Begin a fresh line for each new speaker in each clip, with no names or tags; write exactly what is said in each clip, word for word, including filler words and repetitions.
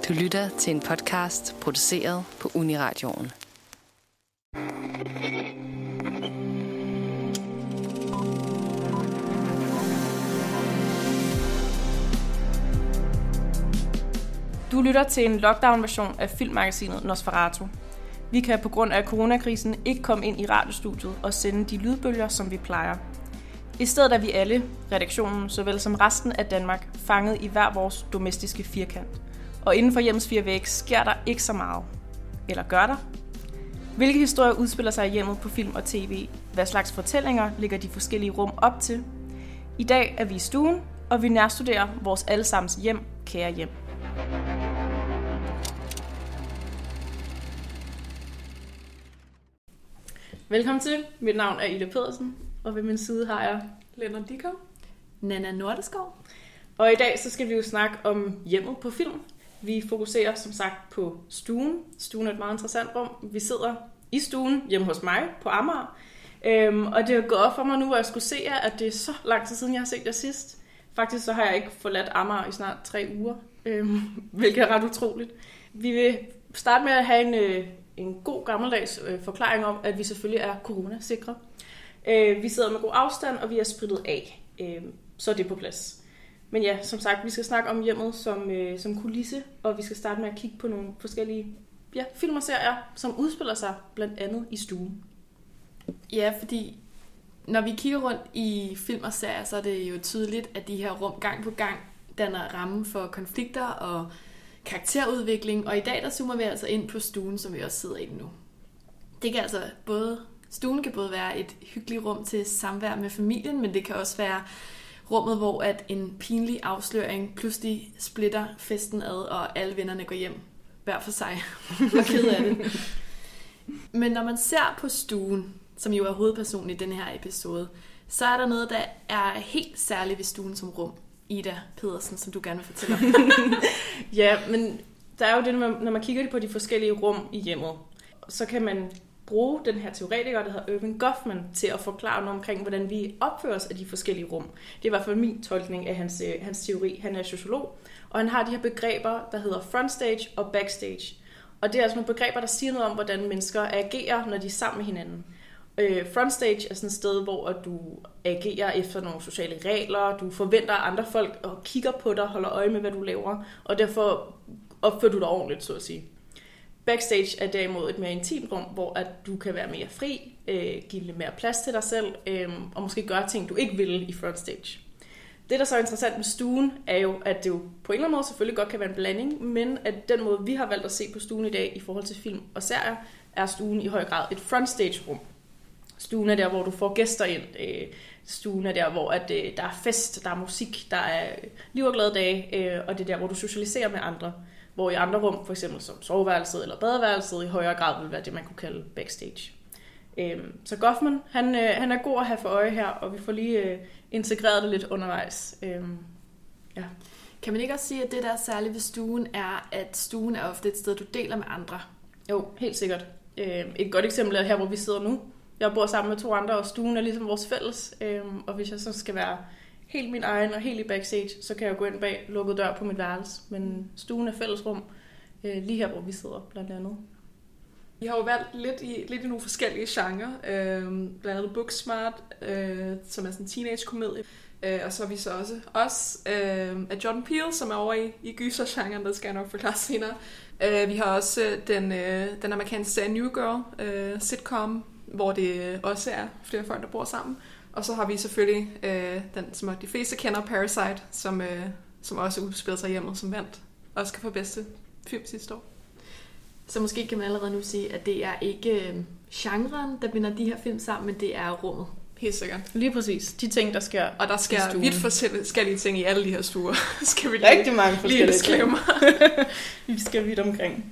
Du lytter til en podcast produceret på Uniradioen.
Du lytter til en lockdown-version af filmmagasinet Nosferatu. Vi kan på grund af coronakrisen ikke komme ind i radiostudiet og sende de lydbølger, som vi plejer. I stedet er vi alle, redaktionen såvel som resten af Danmark, fanget i hver vores domestiske firkant. Og inden for hjemmets fire vægge sker der ikke så meget. Eller gør der? Hvilke historier udspiller sig i hjemmet på film og tv? Hvad slags fortællinger ligger de forskellige rum op til? I dag er vi i stuen, og vi nærstuderer vores allesammens hjem, kære hjem. Velkommen til. Mit navn er Ida Pedersen, og ved min side har jeg
Lennart Dikov,
Nana Nordeskov.
Og i dag så skal vi jo snakke om hjemmet på film. Vi fokuserer som sagt på stuen. Stuen er et meget interessant rum. Vi sidder i stuen hjemme hos mig på Amager. Øhm, og det er gået op for mig nu, hvor jeg skulle se jer, at det er så lang tid siden, jeg har set jer sidst. Faktisk så har jeg ikke forladt Amager i snart tre uger, øhm, hvilket er ret utroligt. Vi vil starte med at have en, øh, en god gammeldags øh, forklaring om, at vi selvfølgelig er coronasikre. Øh, vi sidder med god afstand, og vi er spritet af. Øh, så er det på plads. Men ja, som sagt, vi skal snakke om hjemmet som, øh, som kulisse, og vi skal starte med at kigge på nogle forskellige ja, film og serier, som udspiller sig blandt andet i stuen.
Ja, fordi når vi kigger rundt i film og serier, så er det jo tydeligt, at de her rum gang på gang danner ramme for konflikter og karakterudvikling. Og i dag der zoomer vi altså ind på stuen, som vi også sidder i nu. Det kan altså både, stuen kan både være et hyggeligt rum til samvær med familien, men det kan også være rummet, hvor at en pinlig afsløring pludselig splitter festen ad, og alle vennerne går hjem hver for sig og ked af det. Men når man ser på stuen, som jo er hovedpersonen i den her episode, så er der noget, der er helt særligt ved stuen som rum. Ida Pedersen, som du gerne vil fortælle om.
Ja, men der er jo det, når man kigger på de forskellige rum i hjemmet, så kan man bruge den her teoretiker, der hedder Erving Goffman, til at forklare noget omkring, hvordan vi opfører os af de forskellige rum. Det er i hvert fald min tolkning af hans, hans teori. Han er sociolog, og han har de her begreber, der hedder frontstage og backstage. Og det er altså nogle begreber, der siger noget om, hvordan mennesker agerer, når de er sammen med hinanden. Øh, frontstage er sådan et sted, hvor du agerer efter nogle sociale regler, du forventer andre folk og kigger på dig, holder øje med, hvad du laver, og derfor opfører du dig ordentligt, så at sige. Backstage er derimod et mere intimt rum, hvor at du kan være mere fri, øh, give lidt mere plads til dig selv, øh, og måske gøre ting, du ikke vil i frontstage. Det, der så er interessant med stuen, er jo, at det jo på en eller anden måde selvfølgelig godt kan være en blanding, men at den måde, vi har valgt at se på stuen i dag i forhold til film og serier, er stuen i høj grad et frontstage-rum. Stuen er der, hvor du får gæster ind. Stuen er der, hvor at, der er fest, der er musik, der er liv og glade dage, og det er der, hvor du socialiserer med andre. Hvor i andre rum, for eksempel som soveværelset eller badeværelset, i højere grad vil være det, man kunne kalde backstage. Så Goffman, han, han er god at have for øje her, og vi får lige integreret det lidt undervejs. Ja.
Kan man ikke også sige, at det, der er særligt ved stuen, er, at stuen er ofte et sted, du deler med andre?
Jo, helt sikkert. Et godt eksempel er her, hvor vi sidder nu. Jeg bor sammen med to andre, og stuen er ligesom vores fælles. Og hvis jeg så skal være helt min egen og helt i backstage, så kan jeg gå ind bag lukket dør på mit værelse. Men stuen er fællesrum, lige her, hvor vi sidder blandt andet.
Vi har jo valgt lidt i, lidt i nogle forskellige genrer. Øh, blandt andet Booksmart, øh, som er sådan en teenage-komedie. Øh, og så er vi så også os øh, af Jordan Peele, som er over i, i gyser-genren, der skal jeg nok forklare senere. Øh, vi har også øh, den, øh, den amerikanske serie New Girl, øh, sitcom, hvor det også er flere folk, der bor sammen. Og så har vi selvfølgelig øh, den, som de fleste kender, Parasite, som, øh, som også udspiller sig hjemmet, som vandt Oscar for bedste film sidste år.
Så måske kan man allerede nu sige, at det er ikke øh, genren, der binder de her film sammen, men det er rummet.
Helt sikkert.
Lige præcis. De ting, der sker.
Og der sker vidt forskellige ting i alle de her stuer. Skal vi
lige, rigtig mange forskellige
ting.
Vi skal vidt omkring.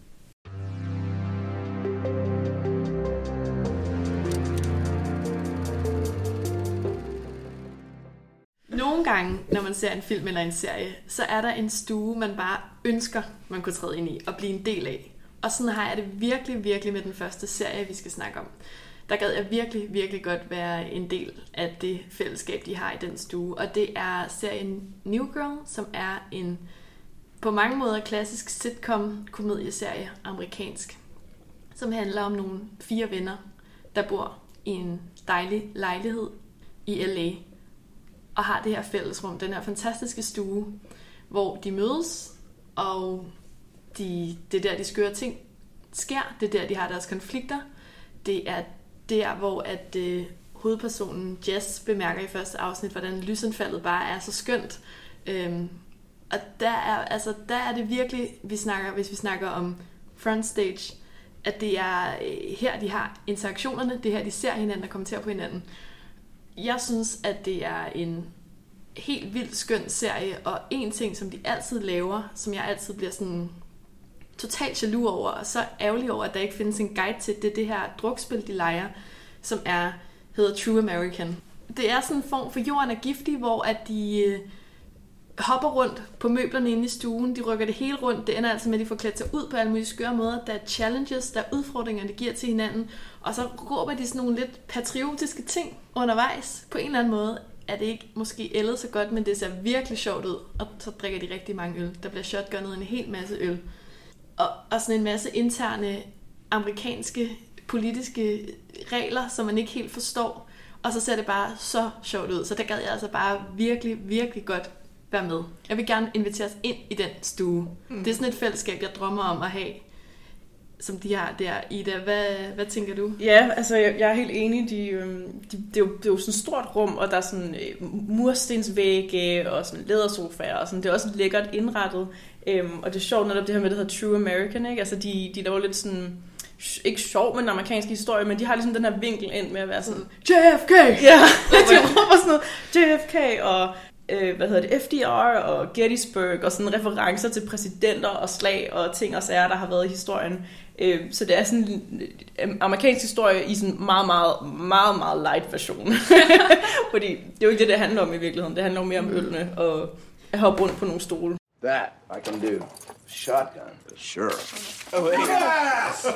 Nogle gange, når man ser en film eller en serie, så er der en stue, man bare ønsker, man kunne træde ind i og blive en del af. Og sådan har jeg det virkelig, virkelig med den første serie, vi skal snakke om. Der gad jeg virkelig, virkelig godt være en del af det fællesskab, de har i den stue. Og det er serien New Girl, som er en på mange måder klassisk sitcom-komedieserie, amerikansk, som handler om nogle fire venner, der bor i en dejlig lejlighed i L A og har det her fællesrum, den her fantastiske stue, hvor de mødes, og de, det er der, de skøre ting sker, det er der, de har deres konflikter. Det er der, hvor at, øh, hovedpersonen Jess bemærker i første afsnit, hvordan lysindfaldet bare er så skønt. Øhm, og der er, altså, der er det virkelig, vi snakker, hvis vi snakker om frontstage, at det er øh, her, de har interaktionerne, det er her, de ser hinanden og kommenterer på hinanden. Jeg synes, at det er en helt vildt skøn serie, og en ting, som de altid laver, som jeg altid bliver sådan totalt jaloux over, og så ærgerlig over, at der ikke findes en guide til, det er det her drukspil, de leger, som er, hedder True American. Det er sådan en form for jorden er giftig, hvor at de øh, hopper rundt på møblerne inde i stuen, de rykker det hele rundt, det ender altså med, at de får klædt sig ud på alle mulige skøre måder, der er challenges, der er udfordringer, de giver til hinanden, og så råber de sådan nogle lidt patriotiske ting undervejs. På en eller anden måde er det ikke måske ældet så godt, men det ser virkelig sjovt ud, og så drikker de rigtig mange øl. Der bliver shotgunnet en hel masse øl. Og, og sådan en masse interne amerikanske politiske regler, som man ikke helt forstår. Og så ser det bare så sjovt ud. Så der gad jeg altså bare virkelig, virkelig godt være med. Jeg vil gerne inviteres ind i den stue. Mm. Det er sådan et fællesskab, jeg drømmer om at have, som de har der. Ida, hvad, hvad tænker du?
Ja, altså jeg, jeg er helt enig. De, de, det, er jo, det er jo sådan et stort rum, og der er sådan murstensvægge og sådan lædersofaer, og sådan. Det er også lækkert indrettet. Øhm, og det er sjovt netop det her med, det hedder True American, ikke? Altså de, de laver lidt sådan, ikke sjov med den amerikanske historie, men de har ligesom den her vinkel ind med at være sådan, J F K! Ja, de råber sådan noget, J F K og øh, hvad hedder det, F D R og Gettysburg, og sådan referencer til præsidenter og slag og ting og sager, der har været i historien. Øh, så det er sådan en amerikansk historie i sådan meget, meget, meget, meget light version. Fordi det er jo ikke det, det handler om i virkeligheden. Det handler jo mere om ølene og at hoppe rundt på nogle stole.
That I can do. Shotgun. Sure. Oh, yes!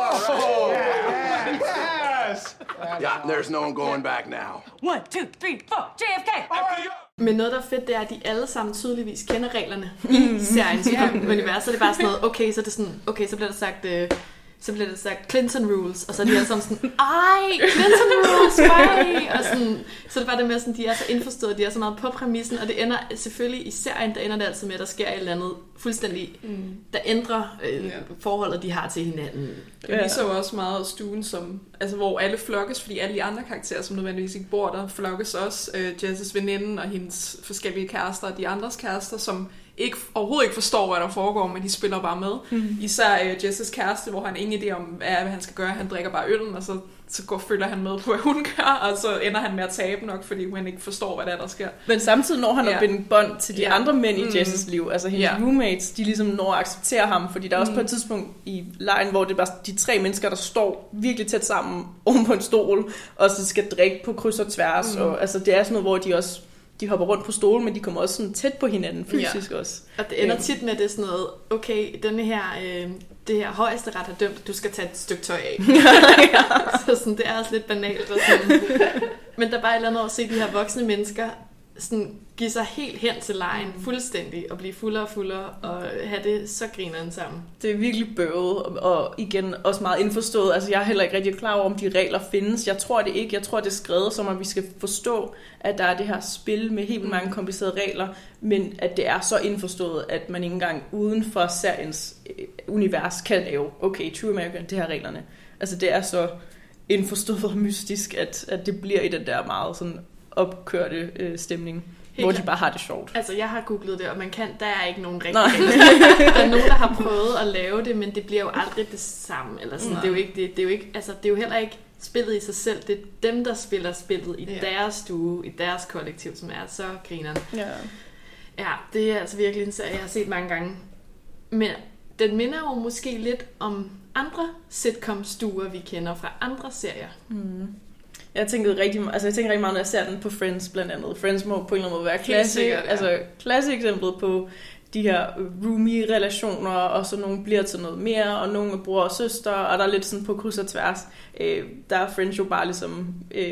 Oh, yes! Yes! Yeah, there's no one going back now.
One, two, three, four, J F K!
Men noget, der er fedt, det er, at de alle sammen tydeligvis kender reglerne i seriens univers. Så det er bare sådan noget, okay, så, er det sådan, okay, så bliver der sagt... Øh, så bliver det sagt Clinton rules, og så er de alle sammen sådan, ej, Clinton rules, ej! Og sådan, så det er bare det med, sådan, de er så indforstået, de er så meget på præmissen, og det ender selvfølgelig i serien, der ender det altid med, at der sker et eller andet fuldstændig, mm. der ændrer øh, forholdet, de har til hinanden.
Det viser jo også meget stuen, som, altså, hvor alle flokkes, fordi alle de andre karakterer, som nødvendigvis ikke bor der, flokkes også. Øh, Jess' veninde og hendes forskellige kærester, og de andres kærester, som ikke, overhovedet ikke forstår, hvad der foregår, men de spiller bare med. Mm. Især uh, Jess' kæreste, hvor han ingen idé om, hvad, hvad han skal gøre. Han drikker bare øllen, og så, så går, følger han med på, hvad hun gør, og så ender han med at tabe nok, fordi han ikke forstår, hvad der, der sker.
Men samtidig når han
ja.
at binde bånd til de
ja.
andre mænd i
mm.
Jess' liv. Altså hendes ja. roommates, de ligesom når at acceptere ham, fordi der er også mm. på et tidspunkt i lejen, hvor det er bare de tre mennesker, der står virkelig tæt sammen oven på en stol, og så skal drikke på kryds og tværs. Mm. Og, altså, det er sådan noget, hvor de også de hopper rundt på stolen, men de kommer også sådan tæt på hinanden fysisk ja. også.
Og det ender tit med det sådan noget, okay, denne her, øh, det her højesteret har dømt, at du skal tage et stykke tøj af. ja. Så sådan, det er også lidt banalt. Og sådan. Men der er bare et eller andet over at se de her voksne mennesker sådan, give sig helt hen til lejen, mm. fuldstændig, og blive fuldere og fuldere, og have det så grineren sammen.
Det er virkelig bøvet, og igen også meget indforstået. Altså, jeg er heller ikke rigtig klar over, om de regler findes. Jeg tror det ikke. Jeg tror, det er skrevet som, at vi skal forstå, at der er det her spil med helt mange komplicerede regler, men at det er så indforstået, at man ikke engang uden for seriens univers kan lave, okay, True American, det her reglerne. Altså, det er så indforstået og mystisk, at, at det bliver i den der meget sådan opkørte øh, stemning, helt hvor de bare har det sjovt.
Altså, jeg har googlet det, og man kan, der er ikke nogen rigtig. Der er nogen, der har prøvet at lave det, men det bliver jo aldrig det samme. Eller sådan. Det er jo ikke, det, det er jo ikke, altså, det er jo heller ikke spillet i sig selv. Det er dem, der spiller spillet i ja. deres stue, i deres kollektiv, som er så grineren. Ja. Ja, det er altså virkelig en serie, jeg har set mange gange. Men den minder jo måske lidt om andre sitcom-stuer, vi kender fra andre serier. Mm.
Jeg tænkte rigtig, altså jeg tænker rigtig meget, når jeg ser den på Friends blandt andet. Friends må på en eller anden måde være klassik, ja. altså klassik eksemplet på de her roomie-relationer, og så nogle bliver til noget mere, og nogle er bror og søster, og der er lidt sådan på kryds og tværs. Øh, der er Friends jo bare ligesom øh,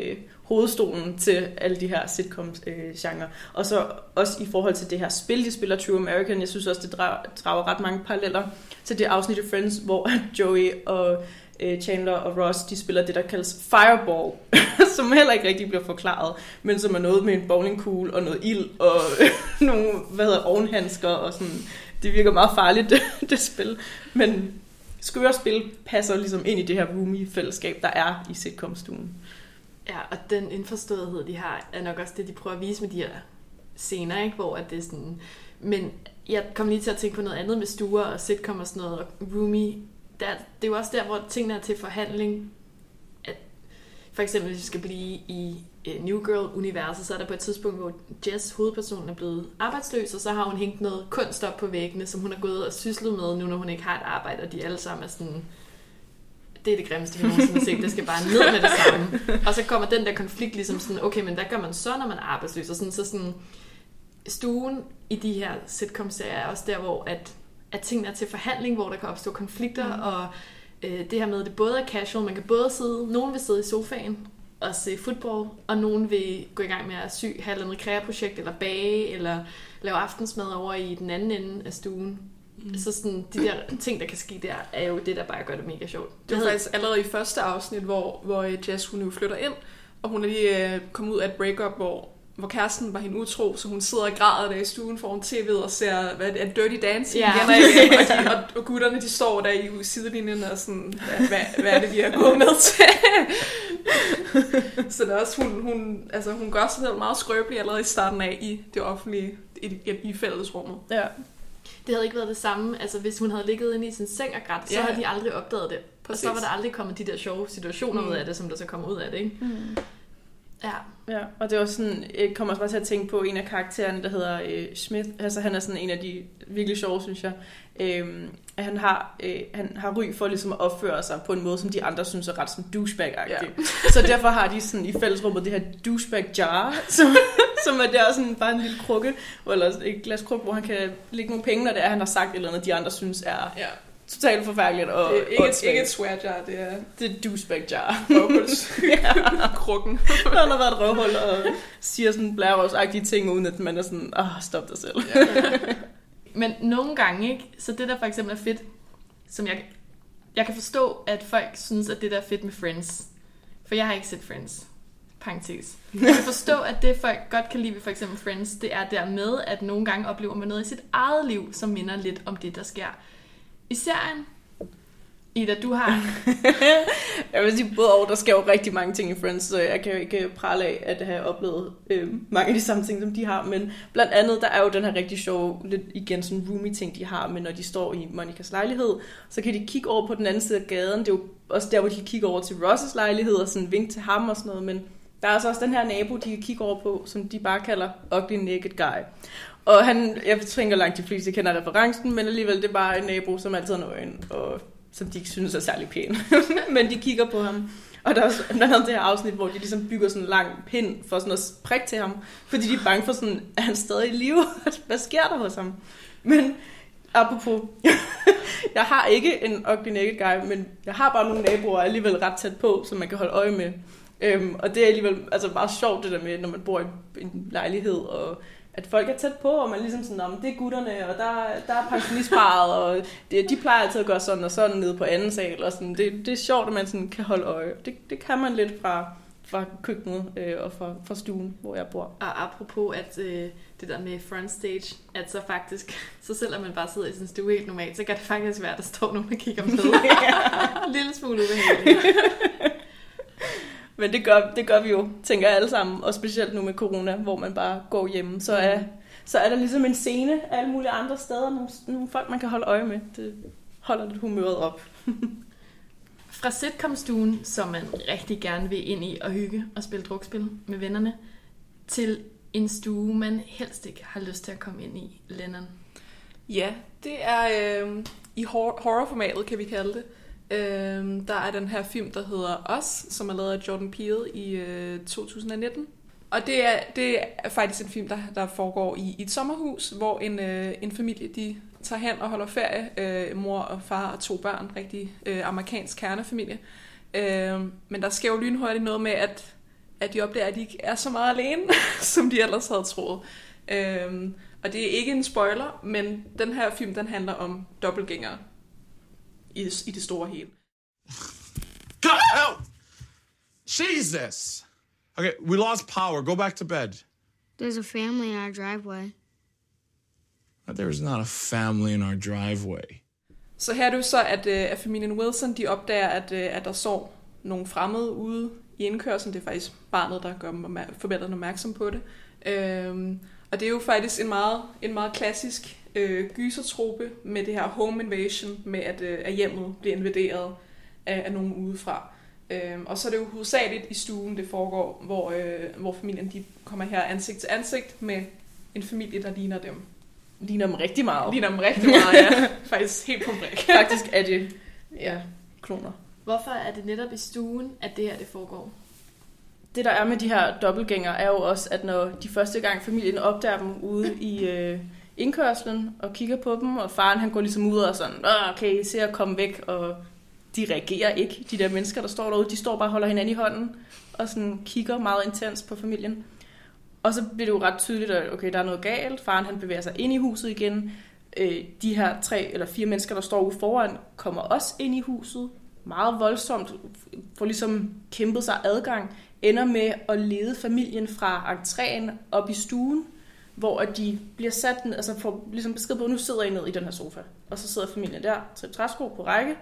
hovedstolen til alle de her sitcom-genre. Og så også i forhold til det her spil, de spiller True American, jeg synes også, det drager, drager ret mange paralleller til det afsnit af Friends, hvor Joey og øh, Chandler og Ross, de spiller det, der kaldes Fireball, som heller ikke rigtig bliver forklaret, men som er noget med en bowlingkugle og noget ild og øh, nogle, hvad hedder, ovenhandsker og sådan. Det virker meget farligt, det, det spil. Men skøre spil passer ligesom ind i det her roomie-fællesskab, der er i sitcom-stuen.
Ja, og den indforståethed, de har, er nok også det, de prøver at vise med de her scener, ikke? Hvor at det er sådan... Men jeg kom lige til at tænke på noget andet med stuer og sitcom og sådan noget, og roomie. Der, det er jo også der, hvor tingene er til forhandling. At for eksempel, hvis vi skal blive i uh, New Girl-universet, så er der på et tidspunkt, hvor Jess, hovedpersonen, er blevet arbejdsløs, og så har hun hængt noget kunst op på væggene, som hun har gået og syslet med, nu når hun ikke har et arbejde, og de alle sammen er sådan... Det er det grimmeste, vi nogensinde har set. Det skal bare ned med det samme. Og så kommer den der konflikt ligesom sådan, okay, men hvad gør man så, når man er arbejdsløs? Og sådan, så sådan, stuen i de her sitcom-serier er også der, hvor at, at tingene er til forhandling, hvor der kan opstå konflikter, mm. og øh, det her med, at det både er casual, man kan både sidde, nogen vil sidde i sofaen og se fodbold, og nogen vil gå i gang med at sy, have et rekreaprojekt, eller bage, eller lave aftensmad over i den anden ende af stuen. Mm. Så sådan, de der ting, der kan ske der, er jo det, der bare gør det mega sjovt.
Det var faktisk allerede i første afsnit, hvor, hvor Jess, hun jo flytter ind, og hun er lige øh, kommet ud af et breakup, hvor, hvor kæresten var hende utro, så hun sidder og græder der i stuen foran tv'et og ser, hvad det er, Dirty Dancing
ja.
igen og igen, og, de, og, og gutterne, de står der i sidelinjen og sådan, hvad, hvad, hvad er det, vi har gået med til? Så det er også, hun, hun, altså, hun gør sig selv meget skrøbelig allerede i starten af i det offentlige, i, i, i fællesrummet.
Ja.
Det havde ikke været det samme, altså hvis hun havde ligget inde i sin seng og grædt, så ja. havde de aldrig opdaget det. Præcis. Og så var der aldrig kommet de der sjove situationer mm. ud af det, som der så kommer ud af det, ikke? Mm. Ja.
Ja, og det er også sådan, jeg kommer også bare til at tænke på en af karaktererne, der hedder øh, Smith. Altså han er sådan en af de virkelig sjove, synes jeg. Øhm, at han har, øh, han har ry for ligesom at opføre sig på en måde, som de andre synes er ret sådan douchebag-agtigt. Ja. Så derfor har de sådan i fællesrummet det her douchebag jar, som, som er der sådan bare en lille krukke, eller et glas krukke, hvor han kan lægge nogle penge, når det er, han har sagt et eller andet, de andre synes er... Ja. Totalt forfærdeligt. Og,
det er ikke, et, ikke et swear jar, det er...
Det er douchebag jar.
Krukken.
Når han har været et røvhul og siger sådan blærerøvsagtige ting, uden at man er sådan, åh, oh, stop dig selv. Ja.
Men nogle gange, ikke? Så det der for eksempel er fedt, som jeg, jeg kan forstå, at folk synes, at det der er fedt med Friends. For jeg har ikke set Friends. Parentes. Jeg kan forstå, at det folk godt kan lide ved for eksempel Friends, det er der med, at nogle gange oplever man noget i sit eget liv, som minder lidt om det, der sker i serien. Ida, du har...
jeg vil sige både over, der sker jo rigtig mange ting i Friends, så jeg kan jo ikke prale af at have oplevet øh, mange af de samme ting, som de har, men blandt andet, der er jo den her rigtig sjove, lidt igen sådan roomie-ting, de har, men når de står i Monikas lejlighed, så kan de kigge over på den anden side af gaden, det er jo også der, hvor de kan kigge over til Ross' lejlighed, og sådan vink til ham og sådan noget, men der er altså også den her nabo, de kan kigge over på, som de bare kalder Ugly Naked Guy. Og han, jeg tænker langt de fleste kender referencen, men alligevel det er bare en nabo, som altid har nøgen, og som de ikke synes er særlig pæn. Men de kigger på ham. Og der er også blandt andet det her afsnit, hvor de ligesom bygger sådan en lang pind for sådan at prikke til ham, fordi de er bange for sådan, er han stadig i live? Hvad sker der hos ham? Men apropos, jeg har ikke en ugly naked guy, men jeg har bare nogle naboer alligevel ret tæt på, som man kan holde øje med. Øhm, og det er alligevel altså meget sjovt det der med, når man bor i en lejlighed, og at folk er tæt på, og man ligesom sådan, det er gutterne, og der, der er pensionistparret, og det, de plejer altid at gøre sådan og sådan nede på anden sal, og sådan. Det, det er sjovt, at man sådan kan holde øje. Det, det kan man lidt fra, fra køkkenet øh, og fra, fra stuen, hvor jeg bor.
Og apropos at øh, det der med frontstage, at så faktisk, så selvom man bare sidder i sin stue helt normalt, så kan det faktisk være, at der står nogen, der kigger med. En lille smule ubehageligt.
Men det gør, det gør vi jo, tænker jeg alle sammen, og specielt nu med corona, hvor man bare går hjemme, så er, så er der ligesom en scene alle mulige andre steder, nogle, nogle folk, man kan holde øje med. Det holder lidt humøret op.
Fra sitcom-stuen, som man rigtig gerne vil ind i og hygge og spille drukspil med vennerne, til en stue, man helst ikke har lyst til at komme ind i, Lennon.
Ja, det er øh, i hor- horrorformatet, kan vi kalde det. Øhm, der er den her film, der hedder Us, som er lavet af Jordan Peele i øh, to tusind nitten. Og det er, det er faktisk en film, der, der foregår i, i et sommerhus, hvor en, øh, en familie de tager hen og holder ferie. Øh, mor og far og to børn, rigtig øh, amerikansk kernefamilie. Øh, men der sker jo lynhurtigt noget med, at at de opdager, at de ikke er så meget alene, som de ellers havde troet. Øhm, og det er ikke en spoiler, men den her film, den handler om dobbeltgængere i, i det store hele.
God help! Jesus! Okay, we lost power. Go back to bed.
There's a family in our driveway.
There's not a family in our driveway.
Så her er det jo så, at, at familien Wilson, de opdager, at, at der står nogle fremmede ude i indkørslen. Det er faktisk barnet, der gør forældrene opmærksom på det. Øhm, og det er jo faktisk en meget, en meget klassisk øh, gysertrope med det her home invasion, med at, øh, at hjemmet bliver invaderet af, af nogen udefra. Øhm, og så er det jo hovedsageligt i stuen, det foregår, hvor, øh, hvor familien de kommer her ansigt til ansigt med en familie, der ligner dem.
Ligner dem rigtig meget.
Ligner dem rigtig meget, ja. Faktisk helt på bræk.
Faktisk er det, ja, kloner.
Hvorfor er det netop i stuen, at det her det foregår?
Det der er med de her dobbeltgængere er jo også, at når de første gang familien opdager dem ude i øh, indkørslen og kigger på dem, og faren han går ligesom ud og sådan, okay, se at komme væk, og de reagerer ikke, de der mennesker, der står derude, de står bare og holder hinanden i hånden, og sådan kigger meget intens på familien. Og så bliver det jo ret tydeligt, at okay, der er noget galt, faren han bevæger sig ind i huset igen, øh, de her tre eller fire mennesker, der står ude foran, kommer også ind i huset, meget voldsomt, får ligesom kæmpet sig adgang, ender med at lede familien fra entréen op i stuen, hvor de bliver sat, altså får ligesom besked på, at nu sidder I ned i den her sofa. Og så sidder familien der, til træsko på række,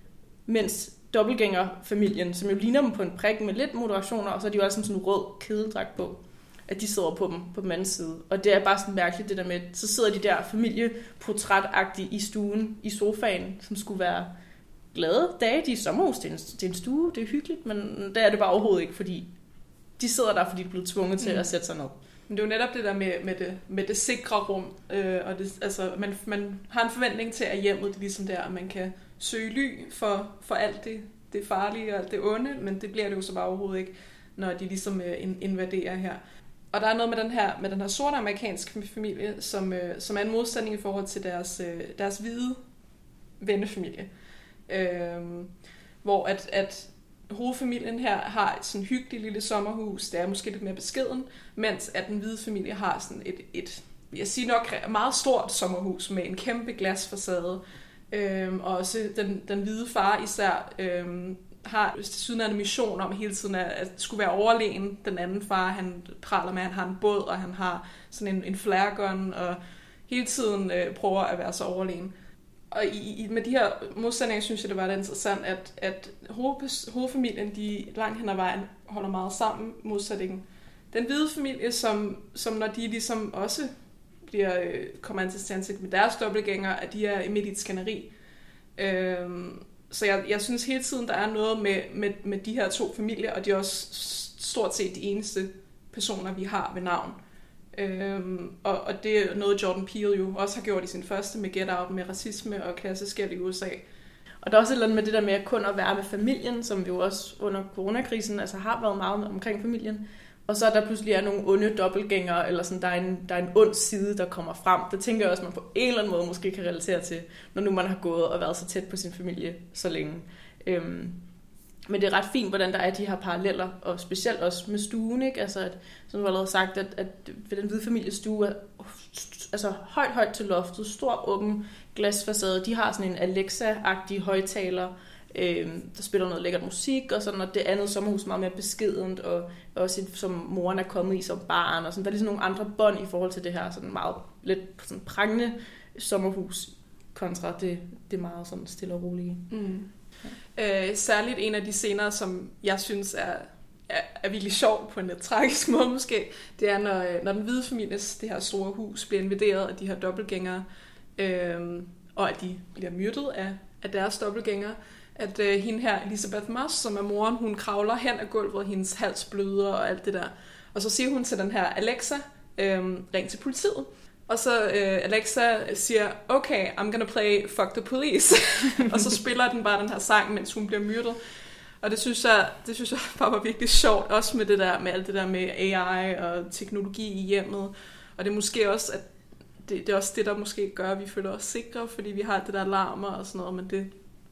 mens dobbeltgængerfamilien, som jo ligner dem på en prik med lidt moderationer, og så er de jo altså sådan en rød kædedragt på, at de sidder på dem på den anden side. Og det er bare sådan mærkeligt, det der med, så sidder de der familieportrætagtigt i stuen, i sofaen, som skulle være glade dage. De er i sommerhus, det er, en, det er en stue, det er hyggeligt, men der er det bare overhovedet ikke, fordi de sidder der, fordi de er blevet tvunget til mm. at sætte sig ned.
Men det er jo netop det der med, med, det, med det sikre rum, øh, og det, altså, man, man har en forventning til, at hjemmet det er ligesom der, at man kan søge ly for, for alt det, det farlige og alt det onde, men det bliver det jo så bare overhovedet ikke, når de ligesom øh, invaderer her. Og der er noget med den her, med den her sorte amerikanske familie, som, øh, som er en modsætning i forhold til deres, øh, deres hvide vennefamilie. Øh, hvor at, at hovedfamilien her har et sådan hyggeligt lille sommerhus, det er måske lidt mere beskeden, mens at den hvide familie har sådan et, et jeg siger nok, meget stort sommerhus med en kæmpe glasfacade. Øhm, og også den, den hvide far især øhm, har til syden en mission om hele tiden at, at skulle være overlegen. Den anden far, han praler med, at han har en båd, og han har sådan en, en flare gun, og hele tiden øh, prøver at være så overlegen. Og i, i, med de her modsætninger, synes jeg, det var det interessant, at, at hoved, hovedfamilien, de langt hen ad vejen, holder meget sammen, modsætningen. Den hvide familie, som, som når de ligesom også bliver, øh, kommer an til ansigt med deres dobbeltgængere, at de er midt i et skænderi. Øhm, så jeg, jeg synes hele tiden, der er noget med, med, med de her to familier, og de er også stort set de eneste personer, vi har ved navn. Øhm, og, og det er noget, Jordan Peele jo også har gjort i sin første med Get Out, med racisme og klasseskel i U S A.
Og der er også et eller andet med det der med kun at være med familien, som vi jo også under coronakrisen altså har været meget omkring familien. Og så er der pludselig er nogle onde dobbeltgængere, eller sådan, der, er en, der er en ond side, der kommer frem. Det tænker jeg også, man på en eller anden måde måske kan relatere til, når nu man har gået og været så tæt på sin familie så længe. Øhm, men det er ret fint, hvordan der er de her paralleller, og specielt også med stuen, ikke? Altså, at, som du allerede sagt, at, at ved den hvide families stue er altså, højt, højt til loftet, stor åben glasfacade. De har sådan en Alexa-agtig højtaler, øh, der spiller noget lækkert musik, og sådan, og det andet sommerhus meget mere beskedent, og også som moren er kommet i som barn, og sådan. Der er ligesom nogle andre bånd i forhold til det her sådan meget lidt sådan prangende sommerhus, kontra det, det meget sådan stille og rolige.
Mm. Øh, særligt en af de scener, som jeg synes er, er, er virkelig sjov på en lidt tragisk måde måske, det er, når, når den hvide families, det her store hus, bliver invaderet af de her dobbeltgængere, øh, og at de bliver myrdet af, af deres dobbeltgængere, at øh, hende her, Elisabeth Moss, som er moren, hun kravler hen ad gulvet, og hendes hals bløder og alt det der. Og så siger hun til den her Alexa, øh, ring til politiet. Og så øh, Alexa siger, okay, I'm gonna play Fuck the Police. Og så spiller den bare den her sang, mens hun bliver myrdet. Og det synes jeg, det synes jeg bare var virkelig sjovt, også med det der, med alt det der med A I og teknologi i hjemmet. Og det er måske også, at det, det er også det, der måske gør, at vi føler os sikre, fordi vi har det der alarmer og sådan noget, men det,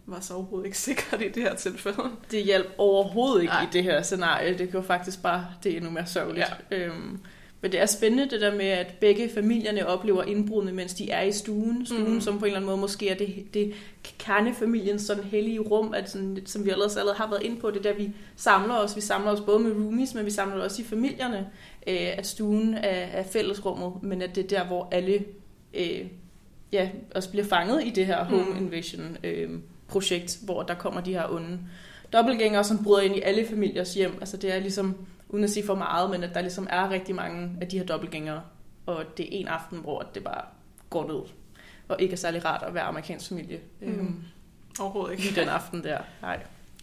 var så overhovedet ikke sikkert i det her tilfælde.
Det hjalp overhovedet ikke Nej. i det her scenarie. Det gjorde faktisk bare det endnu mere sørgeligt. Ja. Øhm, men det er spændende det der med, at begge familierne oplever indbrudene, mens de er i stuen. Stuen, mm. som på en eller anden måde måske er det, det kernefamiliens sådan hellige rum, at sådan, som vi ellers allerede har været inde på. Det der, vi samler os. Vi samler os både med roomies, men vi samler også i familierne. Øh, at stuen er, er fællesrummet, men at det er der, hvor alle øh, ja, også bliver fanget i det her home invasion øh, projekt, hvor der kommer de her onde dobbeltgængere, som bryder ind i alle familiers hjem. Altså det er ligesom, uden at sige for meget, men at der ligesom er rigtig mange af de her dobbeltgængere, og det er en aften, hvor det bare går ned, og ikke er særlig rart at være amerikansk familie. Mm. Øhm,
Overhovedet ikke.
Lige den aften der. Nej.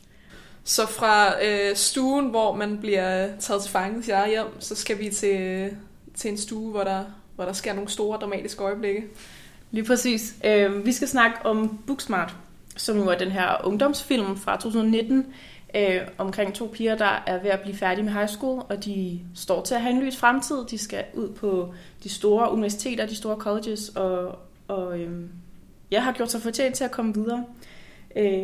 Så fra øh, stuen, hvor man bliver taget til fange til eget hjem, så skal vi til, til en stue, hvor der, hvor der sker nogle store dramatiske øjeblikke.
Lige præcis. Øh, vi skal snakke om Booksmart, som jo er den her ungdomsfilm fra to tusind nitten, øh, omkring to piger, der er ved at blive færdige med high school, og de står til at have en lys fremtid. De skal ud på de store universiteter, de store colleges, og, og øh, jeg har gjort sig fortjent til at komme videre. Øh,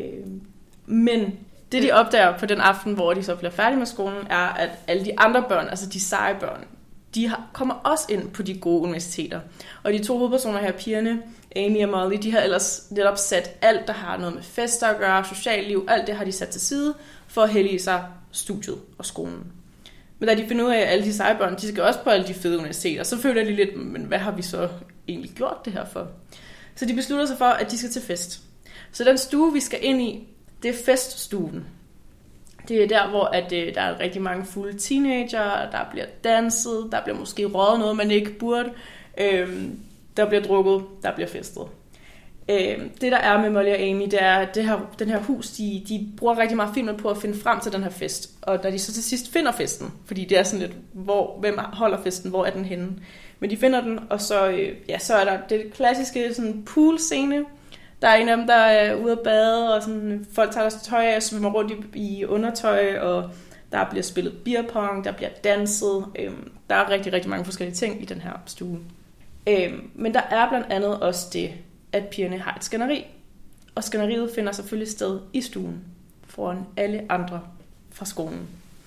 men det, de opdager på den aften, hvor de så bliver færdige med skolen, er, at alle de andre børn, altså de seje børn, de har, kommer også ind på de gode universiteter. Og de to hovedpersoner her, pigerne, Amy og Molly, de har ellers netop sat alt, der har noget med fester at gøre, socialliv, alt det har de sat til side, for at hellige sig studiet og skolen. Men da de finder ud af, at alle de seje børn, de skal også på alle de fede universiteter, så føler de lidt, men hvad har vi så egentlig gjort det her for? Så de beslutter sig for, at de skal til fest. Så den stue, vi skal ind i, det er feststuen. Det er der, hvor at, øh, der er rigtig mange fulde teenager, der bliver danset, der bliver måske røget noget, man ikke burde. Øhm, der bliver drukket, der bliver festet. Øhm, det, der er med Molly og Amy, det er, det her, den her hus, de, de bruger rigtig meget filmen på at finde frem til den her fest. Og da de så til sidst finder festen, fordi det er sådan lidt, hvor, hvem holder festen, hvor er den henne? Men de finder den, og så, øh, ja, så er der det klassiske sådan, pool-scene. Der er en af dem, der er ude at bade, og sådan, folk tager deres tøj af og svømmer rundt i, i undertøj, og der bliver spillet beer pong, der bliver danset. Øhm, der er rigtig, rigtig mange forskellige ting i den her stue. Øhm, men der er blandt andet også det, at pigerne har et skænderi. Og skænderiet finder selvfølgelig sted i stuen, foran alle andre fra skolen.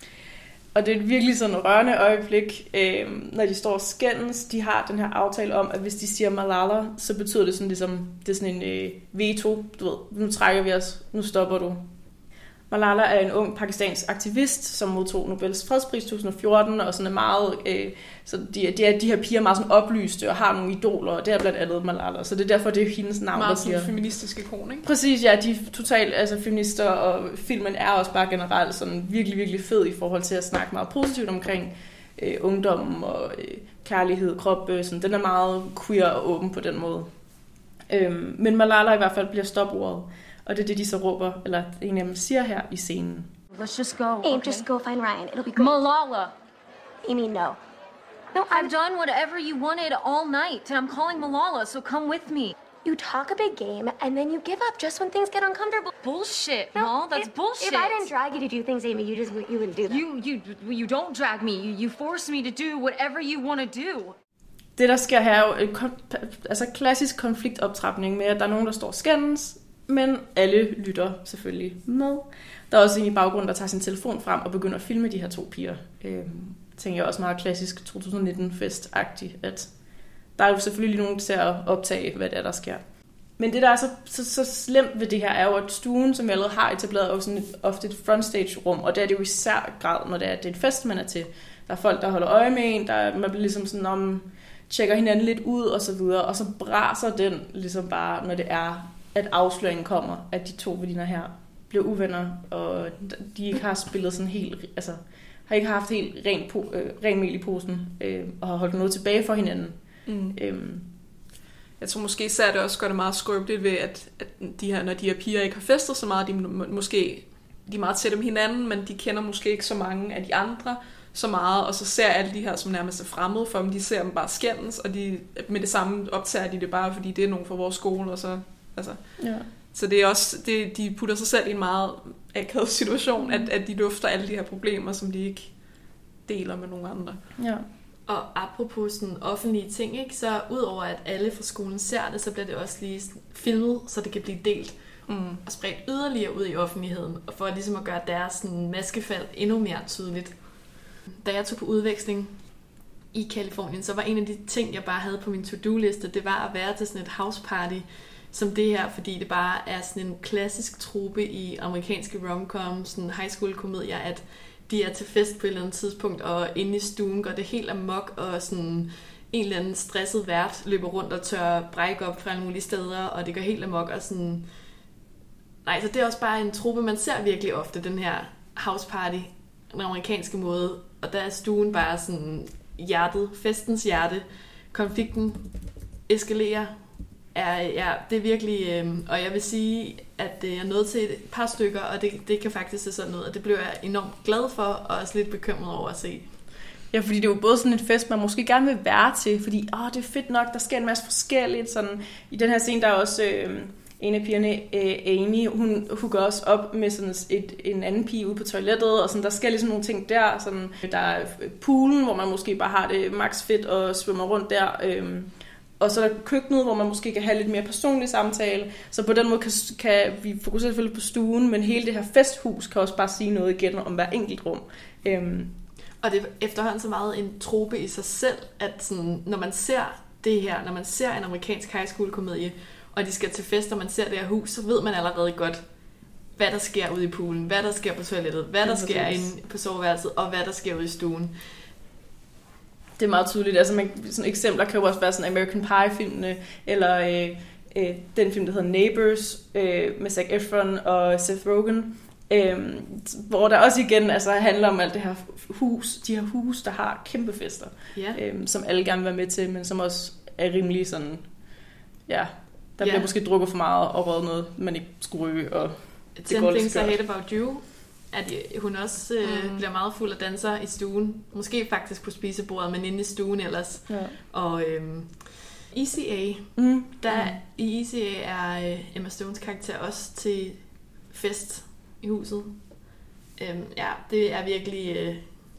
Og det er virkelig sådan et rørende øjeblik, øh, når de står og skændes. De har den her aftale om, at hvis de siger Malala, så betyder det sådan ligesom, det er sådan en øh, veto. Du ved, nu trækker vi os, nu stopper du. Malala er en ung pakistansk aktivist, som modtog Nobels fredspris to tusind og fjorten, og sådan er meget, øh, så de, de, er, de her piger er meget sådan oplyste og har nogle idoler, og det er blandt andet Malala, så det er derfor, det er hendes navn,
meget
der siger.
Meget feministisk ikon, ikke?
Præcis, ja, de er totalt altså, feminister, og filmen er også bare generelt sådan virkelig, virkelig fed i forhold til at snakke meget positivt omkring øh, ungdommen og øh, kærlighed, krop, øh, sådan, den er meget queer og åben på den måde. Øhm, men Malala i hvert fald bliver stopordet. Og det er det, de så råber, eller en af dem siger her i scenen.
Let's just go.
Aim,
okay?
just go find Ryan. It'll be great.
Malala.
Amy, no. No,
I've
I'm...
done whatever you wanted all night, and I'm calling Malala, so come with me.
You talk a big game, and then you give up just when things get uncomfortable.
Bullshit,
no,
Mal. That's
if,
bullshit.
If I didn't drag you to do things, Amy, you just you wouldn't do them.
You you you don't drag me. You you force me to do whatever you want to do.
Det, der sker her, er jo en altså klassisk konfliktoptrapning med, at der er nogen, der står skændes, men alle lytter selvfølgelig med. Der er også en i baggrunden, der tager sin telefon frem og begynder at filme de her to piger. Øhm, tænker jeg også meget klassisk to tusind nitten-fest-agtigt, at der er jo selvfølgelig nogen til at optage, hvad det er, der sker. Men det, der er så, så, så slemt ved det her, er jo, at stuen, som vi allerede har etableret, er jo sådan et, ofte et frontstage-rum, og det er det jo især grad, når det er, det er en fest, man er til. Der er folk, der holder øje med en, der, man bliver ligesom sådan om, tjekker hinanden lidt ud, og så videre, og så braser den ligesom bare, når det er, at afsløringen kommer, at de to veninder her bliver uvenner, og de ikke har spillet sådan helt, altså har ikke haft helt ren, po, øh, ren mel i posen, øh, og har holdt noget tilbage for hinanden. Mm. Øhm.
Jeg tror måske især det også gør det meget skrøbeligt ved, at, at de her, når de her piger ikke har festet så meget, de må, måske de er meget tæt om hinanden, men de kender måske ikke så mange af de andre så meget, og så ser alle de her, som nærmest er fremmede for dem, de ser dem bare skændes, og de, med det samme optager de det bare, fordi det er nogen fra vores skole, og så altså. Ja. Så det er også, det, de putter sig selv i en meget akavet situation, mm. at, at de lufter alle de her problemer, som de ikke deler med nogen andre.
Ja. Og apropos sådan offentlige ting, ikke, så udover at alle fra skolen ser det, så bliver det også lige filmet, så det kan blive delt. mm. og spredt yderligere ud i offentligheden, og for ligesom at gøre deres sådan, maskefald endnu mere tydeligt. Da jeg tog på udveksling i Kalifornien, så var en af de ting, jeg bare havde på min to-do-liste, det var at være til sådan et house party som det her, fordi det bare er sådan en klassisk trope i amerikanske rom-com, sådan high school komedier, at de er til fest på et eller andet tidspunkt, og inde i stuen går det helt amok, og sådan en eller anden stresset vært løber rundt og tør brække op fra alle mulige steder, og det går helt amok, og sådan... Nej, så det er også bare en trope, man ser virkelig ofte, den her house party, den amerikanske måde, og der er stuen bare sådan hjertet, festens hjerte, konflikten eskalerer, er, ja, det er virkelig, øh, og jeg vil sige, at jeg er nået til et par stykker, og det, det kan faktisk se sådan ud, og det blev jeg enormt glad for, og også lidt bekymret over at se.
Ja, fordi det er jo både sådan en fest, man måske gerne vil være til, fordi åh, det er fedt nok, der sker en masse forskelligt. Sådan, i den her scene, der er også øh, en af pigerne, øh, Amy, hun hooker også op med sådan et, en anden pige ude på toilettet, og sådan, der sker ligesom nogle ting der. Sådan, der er poolen, hvor man måske bare har det max fedt og svømmer rundt der. Øh, og så er der køkkenet, hvor man måske kan have lidt mere personlig samtale. Så på den måde kan, kan vi fokusere selvfølgelig på stuen, men hele det her festhus kan også bare sige noget igen om hver enkelt rum. Øh,
Og det er efterhånden så meget en trope i sig selv, at sådan, når man ser det her, når man ser en amerikansk high school komedie, og de skal til fest, og man ser det her hus, så ved man allerede godt, hvad der sker ude i poolen, hvad der sker på toilettet, hvad der sker inde på soveværelset, og hvad der sker ude i stuen.
Det er meget tydeligt. Altså, man, sådan eksempler kan jo også være sådan American Pie-filmene, eller øh, øh, den film, der hedder Neighbors, øh, med Zac Efron og Seth Rogen, Øhm, hvor der også igen altså, handler om alt det her hus, de her hus, der har kæmpe fester,
yeah.
øhm, som alle gerne vil være med til, men som også er rimelig sådan, ja, der yeah. bliver måske drukket for meget og røget noget, man ikke skulle ryge, og det
Ten
går
Things I
lidt
Hate About You, at hun også øh, mm. bliver meget fuld af danser i stuen, måske faktisk på spisebordet, men inde i stuen ellers, ja. Og øhm, E C A, mm. der mm. i E C A er øh, Emma Stones karakter også til fest i huset. Øhm, ja, det er virkelig... Øh,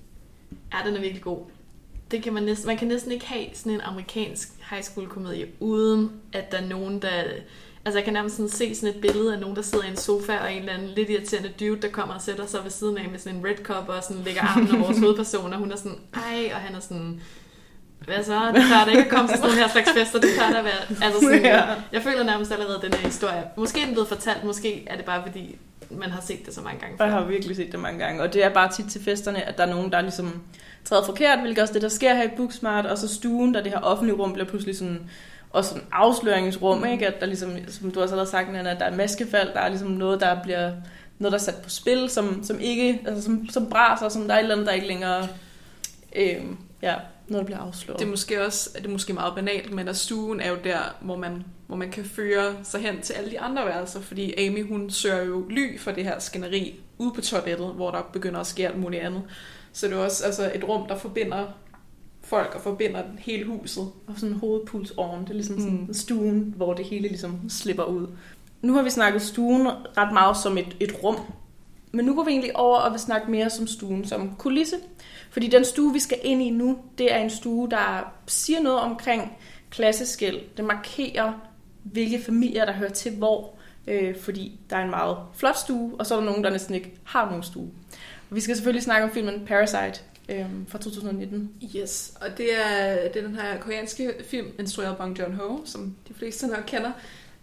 ja, den er virkelig god. Det kan man, næsten, man kan næsten ikke have sådan en amerikansk high school komedie, uden at der er nogen, der... Altså, jeg kan nærmest sådan se sådan et billede af nogen, der sidder i en sofa, og en eller anden lidt irriterende dude, der kommer og sætter sig ved siden af med sådan en red cup, og sådan lægger armen over vores hovedperson, og hun er sådan, ej, og han er sådan... Hvad så? Det er klart ikke at komme til sådan her slags fester. Det er klart at være... Altså sådan, ja. Jeg føler nærmest allerede den her historie. Måske er den blevet fortalt, måske er det bare fordi, man har set det så mange gange før.
Jeg har virkelig set det mange gange. Og det er bare tit til festerne, at der er nogen, der ligesom træder forkert, hvilket også det, der sker her i Booksmart. Og så stuen, der det her offentlige rum, bliver pludselig sådan... Og sådan afsløringsrum, mm. ikke? At der ligesom, som du også har sagt, Nana, at der er maskefald, der er ligesom noget, der bliver... Noget, der er sat på spil, som, som ikke... Altså som, som braser, som der er et eller andet, der ikke længere... Øh, ja... Noget, der bliver afsløret.
Det er måske også det er måske meget banalt, men at stuen er jo der, hvor man, hvor man kan føre sig hen til alle de andre værelser, fordi Amy, hun søger jo ly for det her skænderi ude på toilettet, hvor der begynder at ske alt muligt andet. Så det er også altså, et rum, der forbinder folk og forbinder hele huset.
Og sådan en hovedpulsovn. Det er ligesom sådan mm. stuen, hvor det hele ligesom slipper ud. Nu har vi snakket stuen ret meget som et, et rum, men nu går vi egentlig over og vil snakke mere som stuen som kulisse. Fordi den stue, vi skal ind i nu, det er en stue, der siger noget omkring klasseskel. Den markerer, hvilke familier, der hører til hvor. Øh, fordi der er en meget flot stue, og så er der nogen, der næsten ikke har nogen stue. Og vi skal selvfølgelig snakke om filmen Parasite øh, fra to tusind nitten.
Yes, og det er, det er den her koreanske film, instrueret af Bong Joon-ho, som de fleste nok kender.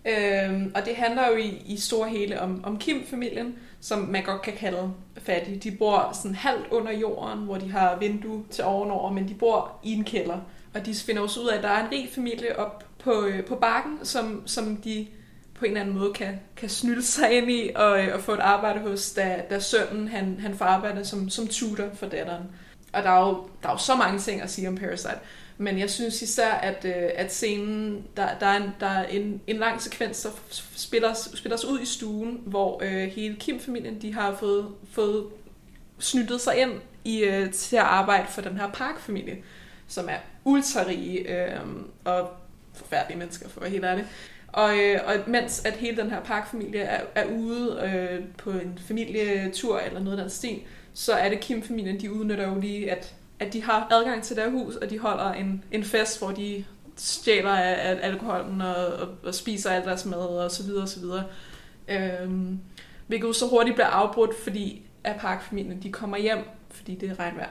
Øhm, og det handler jo i, i store hele om, om Kim-familien, som man godt kan kalde fattig. De bor sådan halvt under jorden, hvor de har vindue til ovenover, men de bor i en kælder. Og de finder også ud af, at der er en rig familie op på, øh, på bakken, som, som de på en eller anden måde kan, kan snylde sig ind i og, øh, og få et arbejde hos, da, da sønnen han, han får arbejde som, som tutor for datteren. Og der er, jo, der er jo så mange ting at sige om Parasite. Men jeg synes især, at, øh, at scenen, der, der er, en, der er en, en lang sekvens, der spiller, spiller sig ud i stuen, hvor øh, hele Kim-familien, de har fået, fået snyttet sig ind i, øh, til at arbejde for den her Park-familie, som er ultra-rige øh, og forfærdelige mennesker, for at være helt ærlig. Og, øh, og mens at hele den her Park-familie er, er ude øh, på en familietur eller noget af den stil, så er det Kim-familien, de udnytter jo lige, at at de har adgang til deres hus, og de holder en, en fest, hvor de stjæler af, af alkoholen og, og, og spiser alt deres mad og så videre og så videre. Øhm, hvilket jo så hurtigt bliver afbrudt, fordi at Park-familien de kommer hjem, fordi det er regnvejr.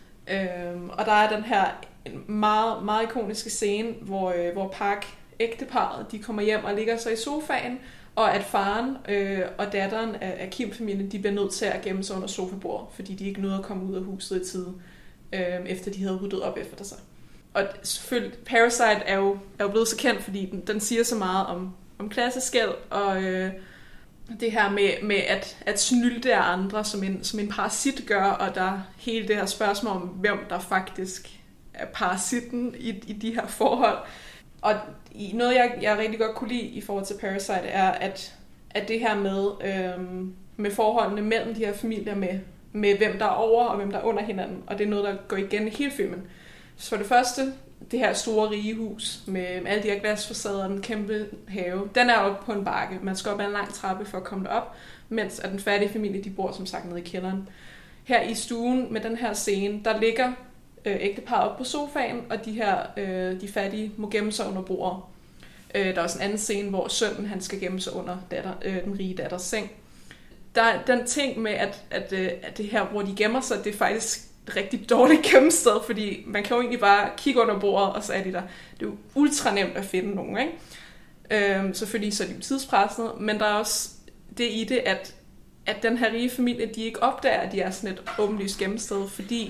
Øhm, og der er den her meget, meget ikoniske scene, hvor, øh, hvor Park-ægteparret de kommer hjem og ligger sig i sofaen, og at faren øh, og datteren af, af Kim-familien de bliver nødt til at gemme sig under sofabordet, fordi de ikke nåede at komme ud af huset i tide, øh, efter de havde ryddet op efter sig. Og selvfølgelig, Parasite er jo, er jo blevet så kendt, fordi den, den siger så meget om, om klasseskel, og øh, det her med, med at, at snylte af andre, som en, som en parasit gør, og der hele det her spørgsmål om, hvem der faktisk er parasitten i, i de her forhold. Og noget, jeg, jeg rigtig godt kunne lide i forhold til Parasite, er, at, at det her med, øhm, med forholdene mellem de her familier, med, med hvem der er over og hvem der er under hinanden, og det er noget, der går igen i hele filmen. Så for det første, det her store rige hus med, med alle de her glasfacader og den kæmpe have, den er oppe på en bakke. Man skal op ad en lang trappe for at komme derop, mens at den fattige familie, de bor som sagt nede i kælderen. Her i stuen med den her scene, der ligger øh, ægteparret op på sofaen, og de her øh, de fattige må gemme sig under bordet. Øh, der er også en anden scene, hvor sønnen han skal gemme sig under datter, øh, den rige datters seng. Der er den ting med, at, at, øh, at det her, hvor de gemmer sig, det er faktisk rigtig dårligt gemmested, fordi man kan jo egentlig bare kigge under bordet, og så er de der. Det er jo ultra nemt at finde nogen, ikke? Øhm, selvfølgelig så er de jo tidspressede, men der er også det i det, at, at den her rige familie, de ikke opdager, at de er sådan et åbenlyst gemmested, fordi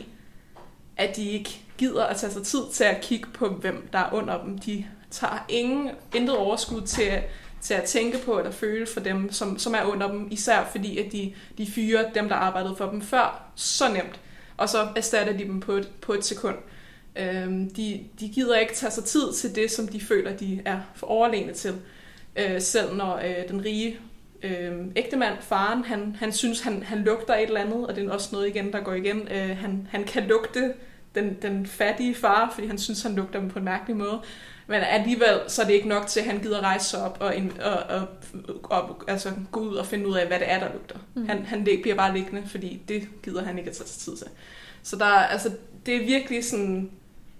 at de ikke gider at tage sig tid til at kigge på, hvem der er under dem. De tager ingen, intet overskud til, til at tænke på eller føle for dem, som, som er under dem, især fordi at de, de fyrer dem, der arbejdede for dem før, så nemt. Og så erstatter de dem på et, på et sekund. Øhm, de, de gider ikke tage sig tid til det, som de føler, de er for overlegne til. Øh, selv når øh, den rige øh, ægtemand, faren, han, han synes, han, han lugter et eller andet, og det er også noget igen, der går igen. Øh, han, han kan lugte den, den fattige far, fordi han synes, han lugter dem på en mærkelig måde. Men alligevel, så er det ikke nok til, at han gider rejse sig op og, og, og, og altså, gå ud og finde ud af, hvad det er, der lugter. Mm. Han, han bliver bare liggende, fordi det gider han ikke at tage tid til. Så der, altså, det er virkelig sådan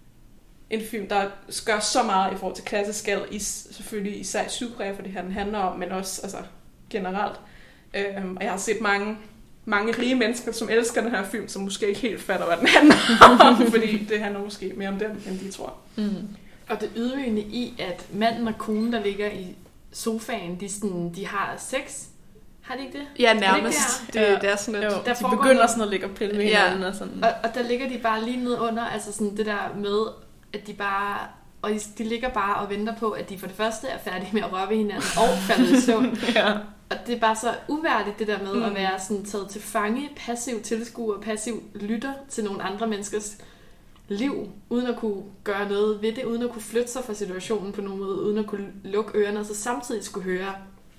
en film, der gør så meget i forhold til klasseskel, i, selvfølgelig især i Sydkorea, for det her den handler om, men også altså, generelt. Øhm, og jeg har set mange, mange rige mennesker, som elsker den her film, som måske ikke helt fatter, hvad den handler om, fordi det handler måske mere om dem, end de tror.
Mm. Og det ydmygende i, at manden og konen, der ligger i sofaen, de, sådan, de har sex. Har de ikke det?
Ja, nærmest.
Det,
det, det, det er sådan, at
der
de begynder noget... sådan at ligge og pille med
ja.
hinanden. Og, sådan.
Og, og der ligger de bare lige nede under, altså sådan det der med, at de bare... Og de, de ligger bare og venter på, at de for det første er færdige med at røre ved hinanden og falde i søvn. Ja. Og det er bare så uværdigt, det der med mm. at være sådan taget til fange, passiv tilskuer, passiv lytter til nogle andre menneskers liv, uden at kunne gøre noget ved det, uden at kunne flytte sig fra situationen på nogen måde, uden at kunne lukke ørerne, og så samtidig skulle høre,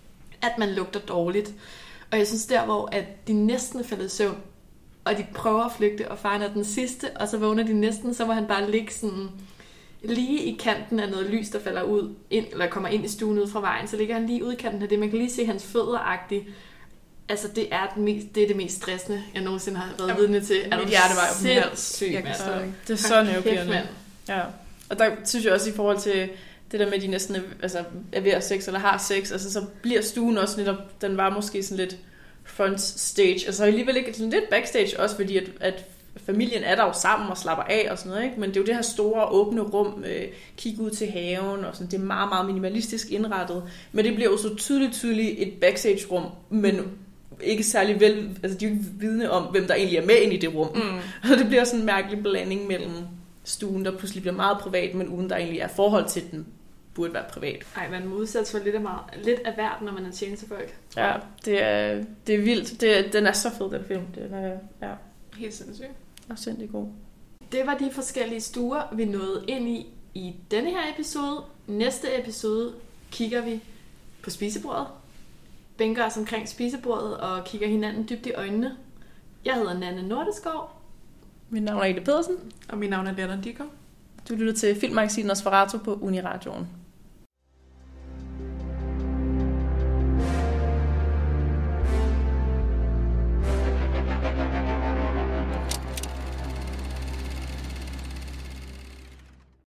at man lugter dårligt. Og jeg synes der, hvor at de næsten er faldet i søvn, og de prøver at flygte, og faren er den sidste, og så vågner de næsten, så må han bare ligge sådan lige i kanten af noget lys, der falder ud, ind, eller kommer ind i stuen ud fra vejen, så ligger han lige ude i kanten af det. Man kan lige se hans fødder-agtigt. Altså, det er, den mest, det er det mest stressende, jeg nogensinde har været vidne til.
Mit hjerte var jo på halvsyg, mand. Det er så nervepirrende. Ja. Og der synes jeg også i forhold til det der med, at de næsten er, altså, er ved at sex, eller har sex, altså, så bliver stuen også netop, den var måske sådan lidt front stage. Altså alligevel ikke sådan lidt backstage også, fordi at, at familien er der jo sammen og slapper af og sådan noget, ikke? Men det er jo det her store åbne rum, øh, kigge ud til haven og sådan, det er meget, meget minimalistisk indrettet. Men det bliver jo så tydeligt, tydeligt et backstage rum, men ikke særlig vel, altså de er jo ikke vidne om, hvem der egentlig er med ind i det rum. Mm. Og det bliver sådan en mærkelig blanding mellem stuen, der pludselig bliver meget privat, men uden der egentlig er forhold til den, burde være privat.
Ej, man må udsættes for lidt af, meget, lidt af hvert, når man er tjenestefolk.
Ja, det er, det er vildt. Det, den er så fed, den film. Den er, ja.
Helt sindssygt.
Og sindssygt god.
Det var de forskellige stuer, vi nåede ind i i denne her episode. Næste episode kigger vi på spisebordet. Bænker os omkring spisebordet og kigger hinanden dybt i øjnene. Jeg hedder Nanne Nordeskov.
Mit navn er Ida Pedersen.
Og mit navn er Lennart Dikker.
Du lytter til filmmagasinet Nosferatu på Uniradioen.